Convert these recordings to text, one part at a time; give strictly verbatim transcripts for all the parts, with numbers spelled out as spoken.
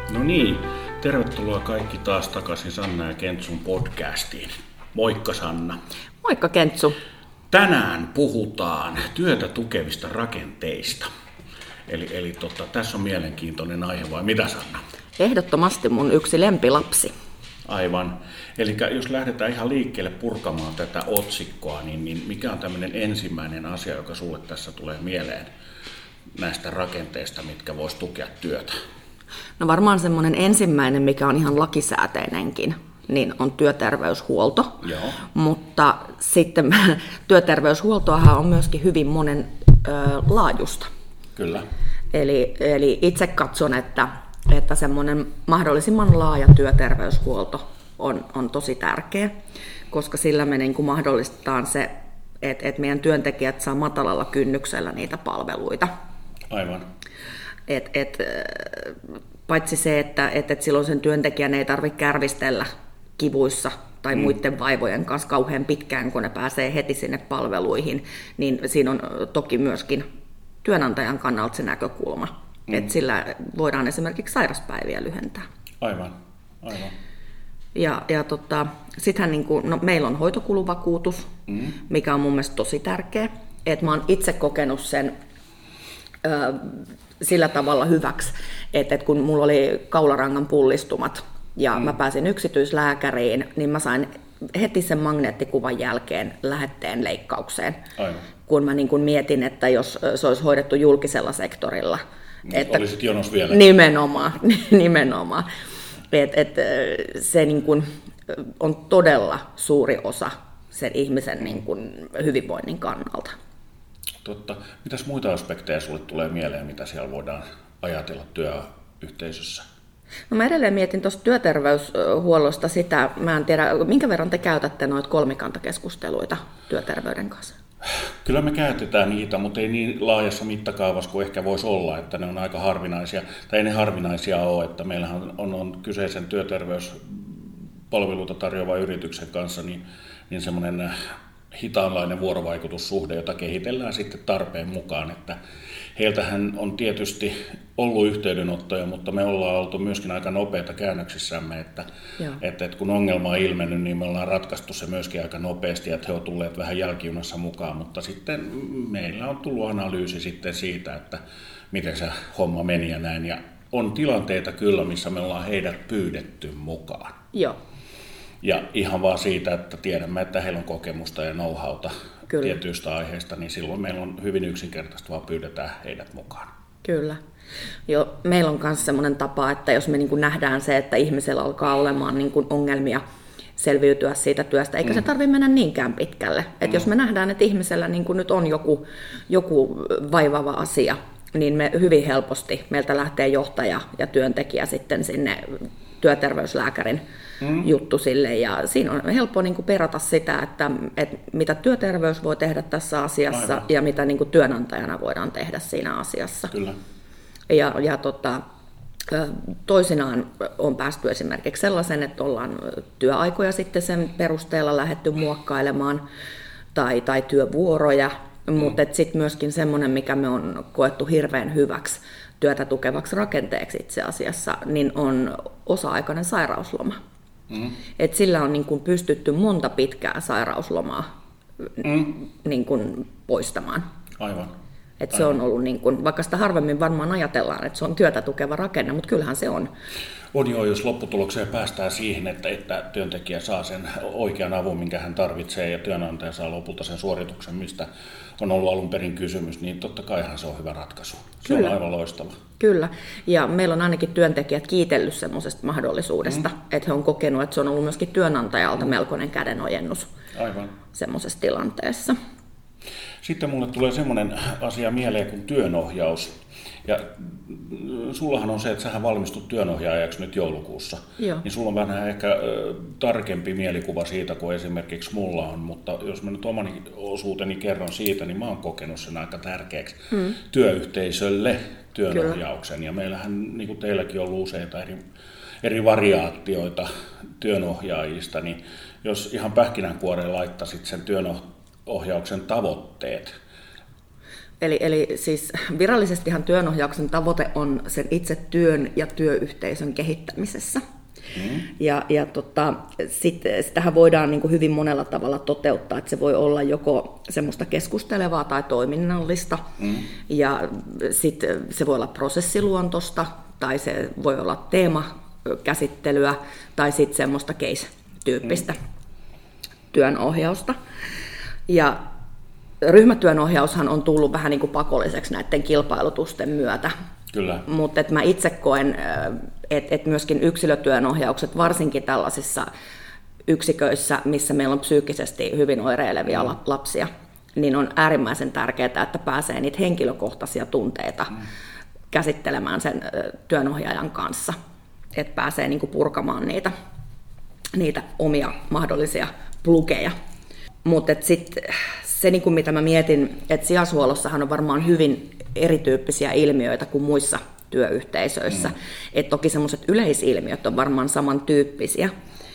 No niin, tervetuloa kaikki taas takaisin Sanna ja Kentsun podcastiin. Moikka Sanna. Moikka Kentsu. Tänään puhutaan työtä tukevista rakenteista. Eli, eli tota, tässä on mielenkiintoinen aihe, vai mitä Sanna? Ehdottomasti mun yksi lempilapsi. Aivan. Eli jos lähdetään ihan liikkeelle purkamaan tätä otsikkoa, niin, niin mikä on tämmöinen ensimmäinen asia, joka sulle tässä tulee mieleen näistä rakenteista, mitkä vois tukea työtä? No varmaan semmoinen ensimmäinen, mikä on ihan lakisääteinenkin, niin on työterveyshuolto. Joo. Mutta sitten työterveyshuoltoahan on myöskin hyvin monen ö, laajusta. Kyllä. Eli, eli itse katson, että, että semmoinen mahdollisimman laaja työterveyshuolto on, on tosi tärkeä, koska sillä me niin kuin mahdollistetaan se, että, että meidän työntekijät saa matalalla kynnyksellä niitä palveluita. Aivan. Et, et, paitsi se, että et, et silloin sen työntekijän ei tarvitse kärvistellä kivuissa tai mm. muiden vaivojen kanssa kauhean pitkään, kun ne pääsee heti sinne palveluihin, niin siinä on toki myöskin työnantajan kannalta se näkökulma, mm. että sillä voidaan esimerkiksi sairaspäiviä lyhentää. Aivan, aivan. Ja, ja tota, sittenhän niin kuin, no, meillä on hoitokuluvakuutus, mm. mikä on mun mielestä tosi tärkeä, että mä oon itse kokenut sen ö, sillä tavalla hyväksi, että, että kun mulla oli kaularangan pullistumat ja mm. mä pääsin yksityislääkäriin, niin mä sain heti sen magneettikuvan jälkeen lähetteen leikkaukseen. Aivan. Kun mä niin kuin mietin, että jos se olisi hoidettu julkisella sektorilla. Että olisit jonossa vielä. Nimenomaan, nimenomaan. Et, et, se niin kuin on todella suuri osa sen ihmisen niin kuin hyvinvoinnin kannalta. Totta. Mitäs muita aspekteja sulle tulee mieleen, mitä siellä voidaan ajatella työyhteisössä? No mä edelleen mietin tuosta työterveyshuollosta sitä, mä en tiedä, minkä verran te käytätte noita kolmikantakeskusteluita työterveyden kanssa? Kyllä me käytetään niitä, mutta ei niin laajassa mittakaavassa kuin ehkä voisi olla, että ne on aika harvinaisia, tai ei ne harvinaisia ole, että meillähän on, on kyseisen työterveyspalveluita tarjoavan yrityksen kanssa niin, niin semmoinen hitaanlainen vuorovaikutussuhde, jota kehitellään sitten tarpeen mukaan, että heiltähän on tietysti ollut yhteydenottoja, mutta me ollaan oltu myöskin aika nopeita käännöksissämme, että, että, että kun ongelma on ilmennyt, niin me ollaan ratkaistu se myöskin aika nopeasti, että he ovat tulleet vähän jälkijunassa mukaan, mutta sitten meillä on tullut analyysi sitten siitä, että miten se homma meni ja näin, ja on tilanteita kyllä, missä me ollaan heidät pyydetty mukaan. Joo. Ja ihan vaan siitä, että tiedämme, että heillä on kokemusta ja know-howta Kyllä. tietyistä aiheista, niin silloin meillä on hyvin yksinkertaista, vaan pyydetään heidät mukaan. Kyllä. Jo, meillä on myös sellainen tapa, että jos me niin kuin nähdään se, että ihmisellä alkaa olemaan niin kuin ongelmia selviytyä siitä työstä, eikä mm. se tarvitse mennä niinkään pitkälle. Mm. Että jos me nähdään, että ihmisellä niin kuin nyt on joku, joku vaivaava asia, niin me hyvin helposti meiltä lähtee johtaja ja työntekijä sitten sinne työterveyslääkärin Mm. juttu sille, ja siinä on helppo niin kuin perata sitä, että, että mitä työterveys voi tehdä tässä asiassa Aivan. ja mitä niin kuin työnantajana voidaan tehdä siinä asiassa. Kyllä. Ja, ja tota, toisinaan on päästy esimerkiksi sellaisen, että ollaan työaikoja sitten sen perusteella lähdetty muokkailemaan tai, tai työvuoroja, mm. mutta sitten myöskin semmoinen, mikä me on koettu hirveän hyväksi työtä tukevaksi rakenteeksi itse asiassa, niin on osa-aikainen sairausloma. Mm. Et sillä on niin kuin pystytty monta pitkää sairauslomaa mm. niin kuin poistamaan. Aivan. Et se on ollut, niin kuin, vaikka sitä harvemmin varmaan ajatellaan, että se on työtä tukeva rakenne, mutta kyllähän se on. On joo, jos lopputulokseen päästään siihen, että, että työntekijä saa sen oikean avun, minkä hän tarvitsee, ja työnantaja saa lopulta sen suorituksen, mistä on ollut alun perin kysymys, niin totta kaihan se on hyvä ratkaisu. Se Kyllä. on aivan loistava. Kyllä, ja meillä on ainakin työntekijät kiitellyt semmoisesta mahdollisuudesta, mm. että he on kokenut, että se on ollut myöskin työnantajalta mm. melkoinen kädenojennus aivan. semmoisessa tilanteessa. Sitten mulle tulee semmoinen asia mieleen kuin työnohjaus. Ja sullahan on se, että sähän valmistut työnohjaajaksi nyt joulukuussa. Joo. Niin sulla on vähän ehkä tarkempi mielikuva siitä kuin esimerkiksi mulla on, mutta jos mä nyt omani osuuteni kerron siitä, niin mä oon kokenut sen aika tärkeäksi mm. työyhteisölle työnohjauksen. Kyllä. Ja meillähän, niin kuin teilläkin on ollut useita eri, eri variaatioita työnohjaajista, niin jos ihan pähkinänkuoreen laittaisit sen työnohjauksen tavoitteet, Eli, eli siis virallisestihan työnohjauksen tavoite on sen itse työn ja työyhteisön kehittämisessä. Mm. Ja, ja tota, sit, sitähän voidaan niin kuin hyvin monella tavalla toteuttaa, että se voi olla joko semmoista keskustelevaa tai toiminnallista, mm. ja sit se voi olla prosessiluontoista, tai se voi olla teemakäsittelyä, tai sitten semmoista case-tyyppistä mm. työnohjausta. Ja ryhmätyönohjaushan on tullut vähän niin kuin pakolliseksi näiden kilpailutusten myötä. Kyllä. Mutta mä itse koen, että et myöskin yksilötyönohjaukset, varsinkin tällaisissa yksiköissä, missä meillä on psyykkisesti hyvin oireilevia mm. lapsia, niin on äärimmäisen tärkeää, että pääsee niitä henkilökohtaisia tunteita mm. käsittelemään sen työnohjaajan kanssa, että pääsee niin kuin purkamaan niitä, niitä omia mahdollisia plugeja. Mutta sitten se, niin kuin mitä mä mietin, että sijaishuollossahan on varmaan hyvin erityyppisiä ilmiöitä kuin muissa työyhteisöissä. Mm. Et toki semmoiset yleisilmiöt on varmaan samantyyppisiä,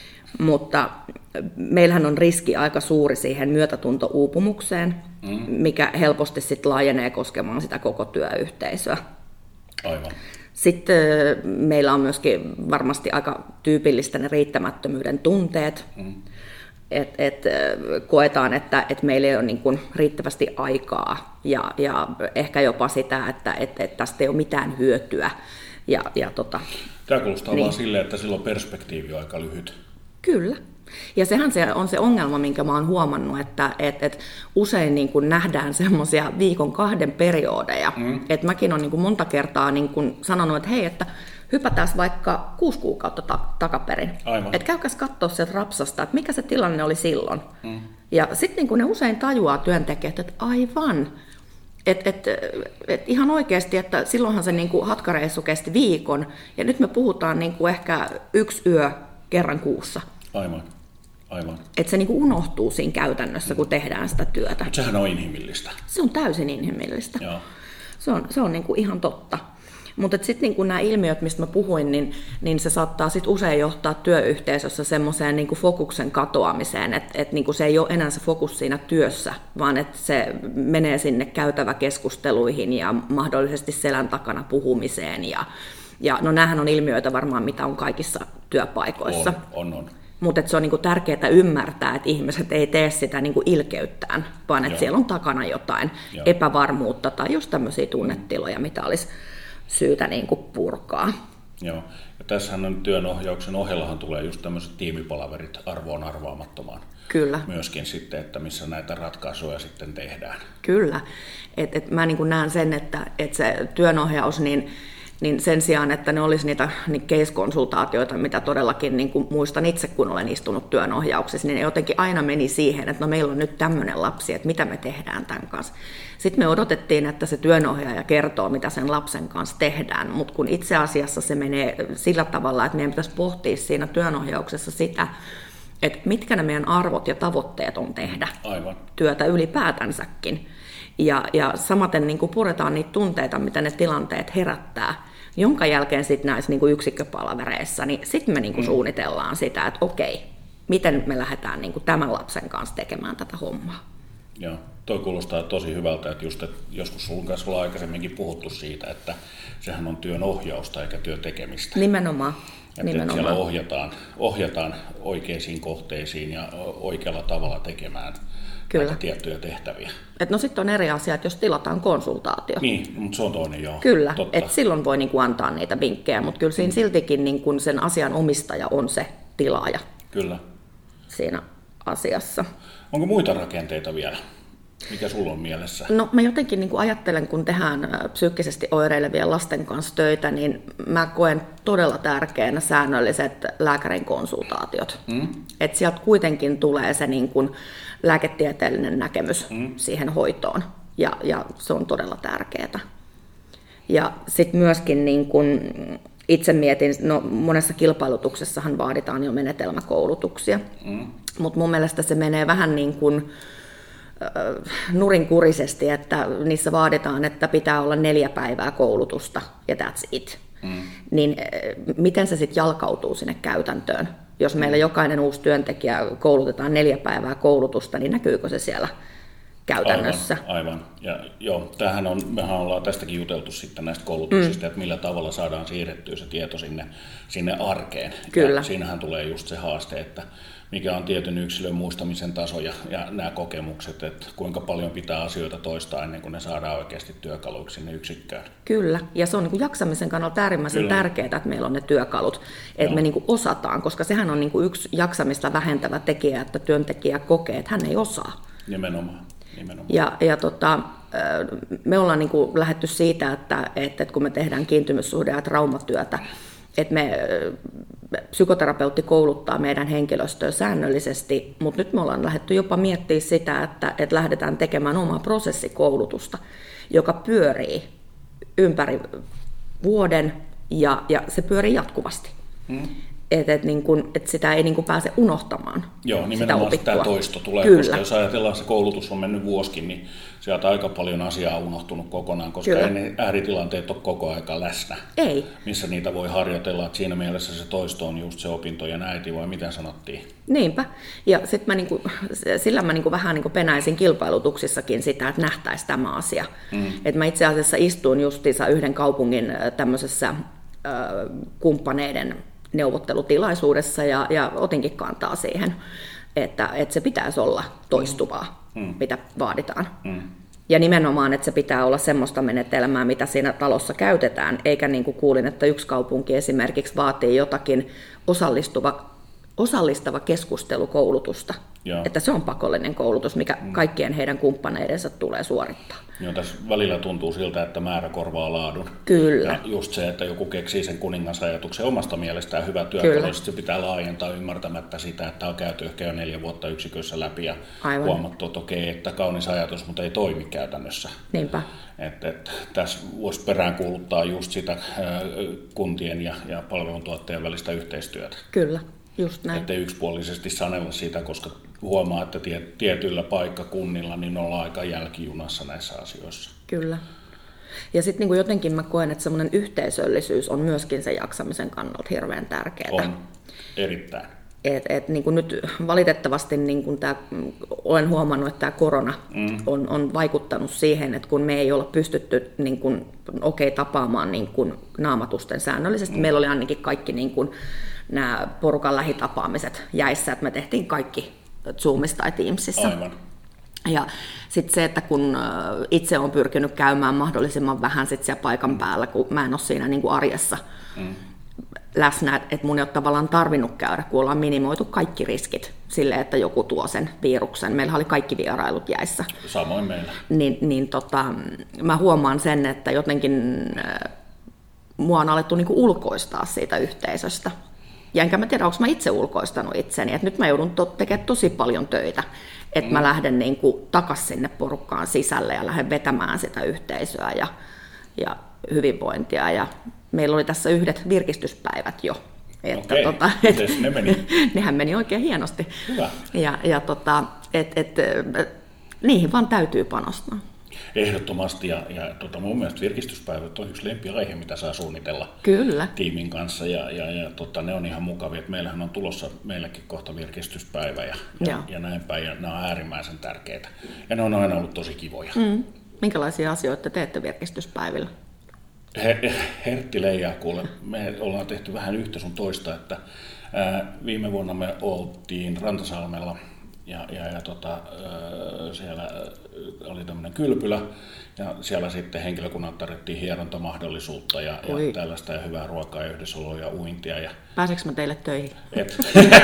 mutta meillähän on riski aika suuri siihen myötätuntouupumukseen, mm. mikä helposti sit laajenee koskemaan sitä koko työyhteisöä. Aivan. Sitten meillä on myöskin varmasti aika tyypillistä ne riittämättömyyden tunteet. Mm. Et, et, koetaan, että et meillä ei ole niin kuin riittävästi aikaa ja, ja ehkä jopa sitä, että et, et tästä ei ole mitään hyötyä. Ja, ja tota, Tämä kuulostaa niin. vaan silleen, että silloin perspektiivi on aika lyhyt. Kyllä. Ja sehän se on se ongelma, minkä mä oon huomannut, että et, et usein niin kuin nähdään semmoisia viikon kahden periodeja. Mm. Että mäkin olen niin kuin monta kertaa niin kuin sanonut, että hei, että hypätään vaikka kuusi kuukautta ta- takaperin. Että käykäs katsoa sieltä rapsasta, että mikä se tilanne oli silloin. Mm. Ja sitten niin ne usein tajuaa työntekijät, että aivan, että et, et ihan oikeasti, että silloinhan se niin kuin hatkareissu kesti viikon, ja nyt me puhutaan niin kuin ehkä yksi yö kerran kuussa. Aivan, aivan. Että se niin kuin unohtuu siinä käytännössä, kun tehdään sitä työtä. Mutta sehän on inhimillistä. Se on täysin inhimillistä. Joo. Se on, se on niin kuin ihan totta. Mutta sitten niin nämä ilmiöt, mistä mä puhuin, niin, niin se saattaa sit usein johtaa työyhteisössä semmoiseen niin fokuksen katoamiseen, että et niin se ei ole enää se fokus siinä työssä, vaan että se menee sinne käytäväkeskusteluihin ja mahdollisesti selän takana puhumiseen. Ja, ja no näähän on ilmiöitä varmaan, mitä on kaikissa työpaikoissa. On, on, on. Mutta se on niinku tärkeää ymmärtää, että ihmiset ei tee sitä niinku ilkeyttään, vaan että siellä on takana jotain Joo. epävarmuutta tai just tämmöisiä tunnetiloja, mitä olisi syytä niin kuin purkaa. Joo, ja tässähän on työnohjauksen ohellahan tulee just tämmöiset tiimipalaverit arvoon arvaamattomaan. Kyllä. Myöskin sitten, että missä näitä ratkaisuja sitten tehdään. Kyllä, että et mä niin kuin näen sen, että et se työnohjaus, niin, niin sen sijaan, että ne olisi niitä niin case-konsultaatioita, mitä todellakin niin kuin muistan itse, kun olen istunut työnohjauksessa, niin ne jotenkin aina meni siihen, että no meillä on nyt tämmöinen lapsi, että mitä me tehdään tämän kanssa. Sitten me odotettiin, että se työnohjaaja kertoo, mitä sen lapsen kanssa tehdään, mutta kun itse asiassa se menee sillä tavalla, että meidän pitäisi pohtia siinä työnohjauksessa sitä, että mitkä ne meidän arvot ja tavoitteet on tehdä Aivan. työtä ylipäätänsäkin. Ja, ja samaten niin kuin puretaan niitä tunteita, mitä ne tilanteet herättää, jonka jälkeen sitten näissä niin kuin yksikköpalavereissa, niin sitten me niin kuin mm. suunnitellaan sitä, että okei, miten me lähdetään niin kuin tämän lapsen kanssa tekemään tätä hommaa. Joo, toi kuulostaa tosi hyvältä, että just, että joskus sun kanssa ollaan aikaisemminkin puhuttu siitä, että sehän on työn ohjausta eikä työn tekemistä. Nimenomaan. Että Nimenomaan. siellä ohjataan, ohjataan oikeisiin kohteisiin ja oikealla tavalla tekemään Kyllä. näitä tiettyjä tehtäviä. Et no sitten on eri asia, että jos tilataan konsultaatio. Niin, mutta se on toinen joo. Kyllä, että silloin voi niinku antaa niitä vinkkejä, mutta kyllä siinä siltikin niinku sen asian omistaja on se tilaaja. Kyllä. Siinä asiassa. Onko muita rakenteita vielä? Mikä sulla on mielessä? No mä jotenkin niin kuin ajattelen, kun tehdään psyykkisesti oireilevien lasten kanssa töitä, niin mä koen todella tärkeänä säännölliset lääkärin konsultaatiot. Mm. Että sieltä kuitenkin tulee se niin kuin lääketieteellinen näkemys mm. siihen hoitoon, ja, ja se on todella tärkeää. Ja sitten myöskin niin kuin itse mietin, no monessa kilpailutuksessahan vaaditaan jo menetelmäkoulutuksia, mm. mutta mun mielestä se menee vähän niin kuin nurinkurisesti, että niissä vaaditaan, että pitää olla neljä päivää koulutusta ja that's it. Mm. Niin miten se sitten jalkautuu sinne käytäntöön? Jos meillä jokainen uusi työntekijä koulutetaan neljä päivää koulutusta, niin näkyykö se siellä käytännössä. Aivan, aivan. Ja joo, tämähän on, mehän ollaan tästäkin juteltu sitten näistä koulutuksista, mm. että millä tavalla saadaan siirrettyä se tieto sinne, sinne arkeen. Kyllä. Ja siinähän tulee just se haaste, että mikä on tietyn yksilön muistamisen taso ja, ja nämä kokemukset, että kuinka paljon pitää asioita toistaa ennen kuin ne saadaan oikeasti työkaluiksi sinne yksikköön. Kyllä, ja se on niin kuin jaksamisen kannalta äärimmäisen Kyllä. tärkeää, että meillä on ne työkalut, että Joo. me niin kuin osataan, koska sehän on niin kuin yksi jaksamista vähentävä tekijä, että työntekijä kokee, että hän ei osaa. Nimenomaan. Nimenomaan. Ja, ja tota, me ollaan niin kuin lähdetty siitä, että, että kun me tehdään kiintymyssuhde- ja traumatyötä, että me psykoterapeutti kouluttaa meidän henkilöstöä säännöllisesti, mutta nyt me ollaan lähdetty jopa miettimään sitä, että, että lähdetään tekemään omaa prosessikoulutusta, joka pyörii ympäri vuoden ja, ja se pyörii jatkuvasti. Hmm. Että et, niin et sitä ei niin kun pääse unohtamaan. Joo, nimenomaan sitä tämä toisto tulee, Kyllä. koska jos ajatellaan, se koulutus on mennyt vuosikin, niin sieltä aika paljon asiaa on unohtunut kokonaan, koska Kyllä. ei ne ääritilanteet ole koko aika läsnä. Ei. Missä niitä voi harjoitella, että siinä mielessä se toisto on just se opintojen äiti, vai miten sanottiin? Niinpä. Ja sit mä niinku, sillä mä niinku vähän niinku penäisin kilpailutuksissakin sitä, että nähtäisi tämä asia. Mm. Et mä itse asiassa istuin justiinsa yhden kaupungin tämmöisessä äh, kumppaneiden neuvottelutilaisuudessa ja, ja otinkin kantaa siihen, että, että se pitäisi olla toistuvaa, mm. mitä vaaditaan. Mm. Ja nimenomaan, että se pitää olla semmoista menetelmää, mitä siinä talossa käytetään, eikä niin kuin kuulin, että yksi kaupunki esimerkiksi vaatii jotakin osallistuva, osallistava keskustelukoulutusta, Joo. että se on pakollinen koulutus, mikä mm. kaikkien heidän kumppaneidensa tulee suorittaa. Joo, tässä välillä tuntuu siltä, että määrä korvaa laadun. Kyllä. Ja just se, että joku keksii sen kuningasajatuksen omasta mielestään hyvä työkalu, se pitää laajentaa ymmärtämättä sitä, että on käyty ehkä jo neljä vuotta yksikössä läpi ja Aivan. huomattu, että okei, että kaunis ajatus, mutta ei toimi käytännössä. Niinpä. Että, että tässä voisi peräänkuuluttaa just sitä äh, kuntien ja, ja palveluntuottajien välistä yhteistyötä. Kyllä. Just näin. Ettei yksipuolisesti sanella sitä, koska huomaa, että tietyillä paikkakunnilla niin ollaan aika jälkijunassa näissä asioissa. Kyllä. Ja sitten niin jotenkin mä koen, että semmoinen yhteisöllisyys on myöskin sen jaksamisen kannalta hirveän tärkeää. On, erittäin. Et, et, niin kuin nyt valitettavasti niin kuin tää, olen huomannut, että tämä korona mm. on, on vaikuttanut siihen, että kun me ei olla pystytty niin kuin, okei, tapaamaan niin kuin naamatusten säännöllisesti, mm. meillä oli ainakin kaikki niin kuin, nämä porukan lähitapaamiset jäissä, että me tehtiin kaikki Zoomissa tai Teamsissa. Aivan. Ja sitten se, että kun itse olen pyrkinyt käymään mahdollisimman vähän sit siellä paikan päällä, kun mä en ole siinä niin kuin arjessa mm. läsnä, että mun ei ole tavallaan tarvinnut käydä, kun ollaan minimoitu kaikki riskit sille, että joku tuo sen viruksen. Meillä oli kaikki vierailut jäissä. Samoin meillä. Niin, niin tota, mä huomaan sen, että jotenkin äh, mua on alettu niin kuin ulkoistaa siitä yhteisöstä. Ja enkä mä tiedä, onko mä itse ulkoistanut itseni, että nyt mä joudun to- tekemään tosi paljon töitä, että mm. mä lähden niin kuin takas sinne porukkaan sisälle ja lähden vetämään sitä yhteisöä ja, ja hyvinvointia. Ja meillä oli tässä yhdet virkistyspäivät jo. Että Okei, tota, et, ne meni? Nehän meni oikein hienosti. Hyvä. Ja, ja tota, et, et, niihin vaan täytyy panostaa. Ehdottomasti, ja, ja tota, mun mielestä virkistyspäivät on yksi lempiaihe, mitä saa suunnitella Kyllä. tiimin kanssa, ja, ja, ja tota, ne on ihan mukavia, että meillähän on tulossa meillekin kohta virkistyspäivä ja, ja, ja näin päin, ja nämä on äärimmäisen tärkeitä, ja ne on aina ollut tosi kivoja. Mm. Minkälaisia asioita teette virkistyspäivillä? Her, Hertti leijaa kuule, me ollaan tehty vähän yhtä sun toista, että ää, viime vuonna me oltiin Rantasalmella, Ja, ja, ja tota, siellä oli tämmöinen kylpylä ja siellä sitten henkilökunnan tarjottiin hierontamahdollisuutta ja, ja tällaista ja hyvää ruokaa ja yhdessäoloa ja uintia. Ja... Pääseekö mä teille töihin? Et.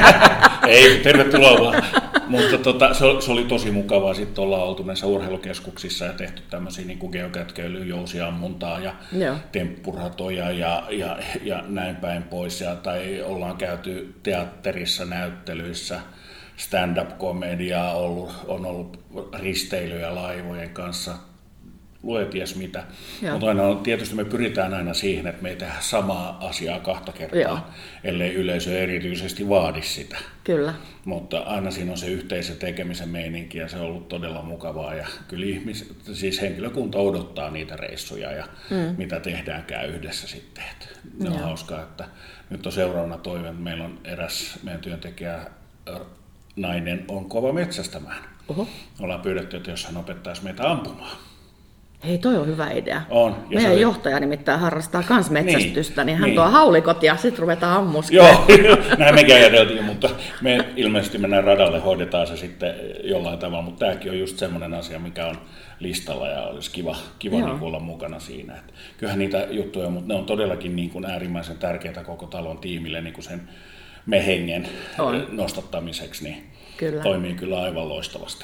Ei, tervetuloa vaan. Mutta tota, se, se oli tosi mukavaa. Sitten ollaan oltu näissä urheilukeskuksissa ja tehty tämmöisiä niin kuin geokätkeilyä, jousiammuntaa ja Joo. temppuratoja ja, ja, ja näin päin pois. Ja, tai ollaan käyty teatterissa, näyttelyissä. Stand-up-komediaa ollut, on ollut risteilyjä laivojen kanssa, lue ties mitä. Joo. Mutta aina, tietysti me pyritään aina siihen, että me ei tehdä samaa asiaa kahta kertaa, Joo. ellei yleisö erityisesti vaadi sitä. Kyllä. Mutta aina siinä on se yhteisen tekemisen meininki ja se on ollut todella mukavaa. Ja kyllä ihmis, siis henkilökunta odottaa niitä reissuja ja mm. mitä tehdäänkään yhdessä sitten. Ne on hauskaa, että nyt on seuraavana toive, että meillä on eräs meidän työntekijä, nainen on kova metsästämään. Oho. Ollaan pyydetty, että jos hän opettaisi meitä ampumaan. Hei, toi on hyvä idea. On. Meidän oli... johtaja nimittäin harrastaa kans metsästystä, niin, niin hän niin. tuo haulikot ja sitten ruvetaan ammuskelemaan. Joo, näin mekin ajateltiin, mutta me ilmeisesti mennään radalle, hoidetaan se sitten jollain tavalla, mutta tämäkin on just semmoinen asia, mikä on listalla ja olisi kiva, kiva niin olla mukana siinä. Että kyllähän niitä juttuja, mutta ne on todellakin niin kuin äärimmäisen tärkeitä koko talon tiimille niin kuin sen mehengen on. nostattamiseksi, niin kyllä. toimii kyllä aivan loistavasti.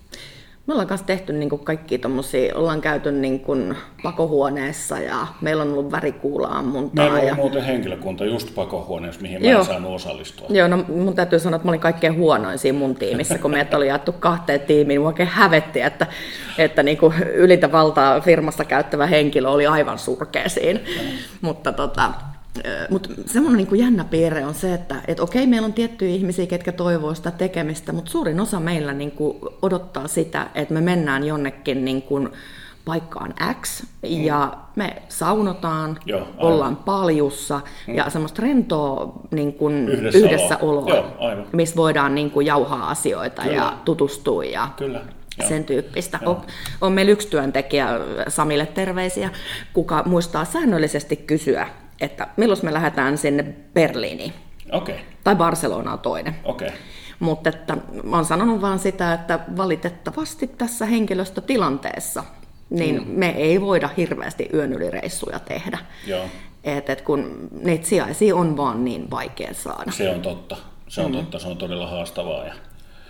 Me ollaan kanssa tehty niin kuin kaikkia tommosia, ollaan käyty niin kuin pakohuoneessa ja meillä on ollut värikuula-ammuntaa. Meillä on ja... muuten henkilökunta just pakohuoneessa, mihin mä Joo. en saanut osallistua. Joo, no mun täytyy sanoa, että mä olin kaikkein huonoin siinä mun tiimissä, kun meidät oli jaettu kahteen tiimiin. Mua oikein hävetti, että, että niin kuin ylitä valtaa firmassa käyttävä henkilö oli aivan surkea siinä. Mm. Mutta tota... Mutta semmoinen niin kuin jännä piirre on se, että et okei, meillä on tiettyjä ihmisiä, ketkä toivoo sitä tekemistä, mutta suurin osa meillä niin kuin odottaa sitä, että me mennään jonnekin niin kuin paikkaan X ja me saunotaan, Joo, ollaan paljussa mm. ja semmoista rentoa niin kuin yhdessäoloa, yhdessäoloa Joo, missä voidaan niin kuin jauhaa asioita Kyllä. ja tutustua ja Kyllä. sen tyyppistä. On, on meillä yksi työntekijä, Samille terveisiä, kuka muistaa säännöllisesti kysyä, että milloin me lähdetään sinne Berliiniin. Okay. Tai Barcelonaan toinen. Okay. Mutta että mä oon sanonut vaan sitä, että valitettavasti tässä henkilöstötilanteessa niin mm. me ei voida hirveästi yön yli reissuja tehdä. Joo. Et, et kun niitä sijaisia on vaan niin vaikea saada. Se on totta. Se on mm. totta. Se on todella haastavaa. Ja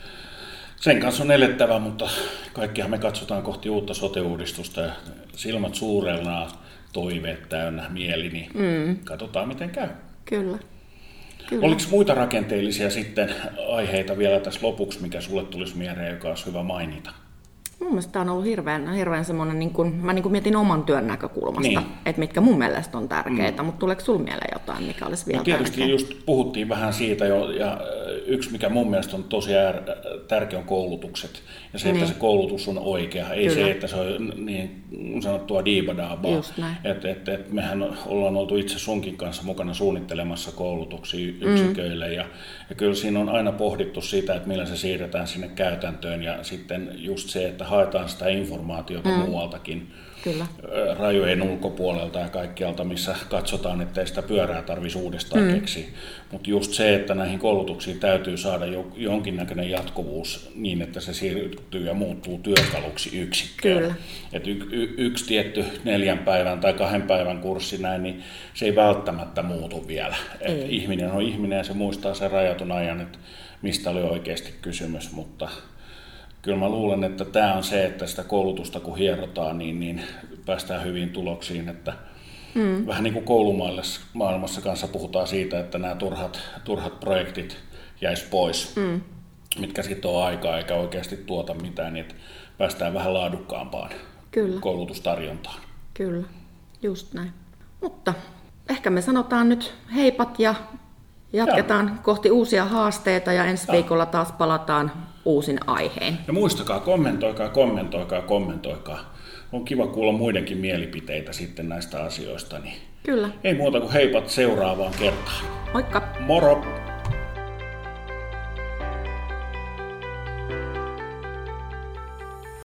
sen kanssa on elettävä, mutta kaikkihan me katsotaan kohti uutta sote-uudistusta ja silmät suurellaan. Toiveet täynnä, mieli, niin mm. katsotaan miten käy. Kyllä. Kyllä. Oliko muita rakenteellisia sitten aiheita vielä tässä lopuksi, mikä sulle tulisi mieleen, joka olisi hyvä mainita? Mun mielestä tämä on ollut hirveän, hirveän semmoinen, niin kuin, mä niin kuin mietin oman työn näkökulmasta, niin. että mitkä mun mielestä on tärkeitä, mm. mutta tuleeko sulla mieleen jotain, mikä olisi vielä no, tietysti tärkeä? Just puhuttiin vähän siitä jo, ja yksi mikä mun mielestä on tosi tärkeä on koulutukset, ja se, että niin. se koulutus on oikea, ei Kyllä. se, että se on niin sanottua diibadaabaa. Että et, et mehän ollaan oltu itse sunkin kanssa mukana suunnittelemassa koulutuksia yksiköille, mm. ja, ja kyllä siinä on aina pohdittu sitä, että millä se siirretään sinne käytäntöön, ja sitten just se, että haetaan sitä informaatiota mm. muualtakin, Kyllä. rajojen ulkopuolelta ja kaikkialta, missä katsotaan, ettei sitä pyörää tarvitsisi uudestaan mm. keksiä. Mutta just se, että näihin koulutuksiin täytyy saada jo, jonkinnäköinen jatkuvuus niin, että se siirtyy ja muuttuu työkaluksi yksikköön. Et y, y, yksi tietty neljän päivän tai kahden päivän kurssi näin, niin se ei välttämättä muutu vielä. Et ihminen on ihminen ja se muistaa sen rajatun ajan, että mistä oli oikeasti kysymys, mutta kyllä mä luulen, että tämä on se, että sitä koulutusta kun hierotaan, niin, niin päästään hyviin tuloksiin. Että mm. vähän niin kuin koulumaailmassa kanssa puhutaan siitä, että nämä turhat, turhat projektit jäis pois, mm. mitkä sitoo aikaa eikä oikeasti tuota mitään, niin että päästään vähän laadukkaampaan Kyllä. koulutustarjontaan. Kyllä, just näin. Mutta ehkä me sanotaan nyt heipat ja jatketaan ja. kohti uusia haasteita ja ensi ja. viikolla taas palataan uusin aiheen. Ja muistakaa, kommentoikaa, kommentoikaa, kommentoikaa. On kiva kuulla muidenkin mielipiteitä sitten näistä asioista. Niin Kyllä. Ei muuta kuin heipat seuraavaan kertaan. Moikka! Moro!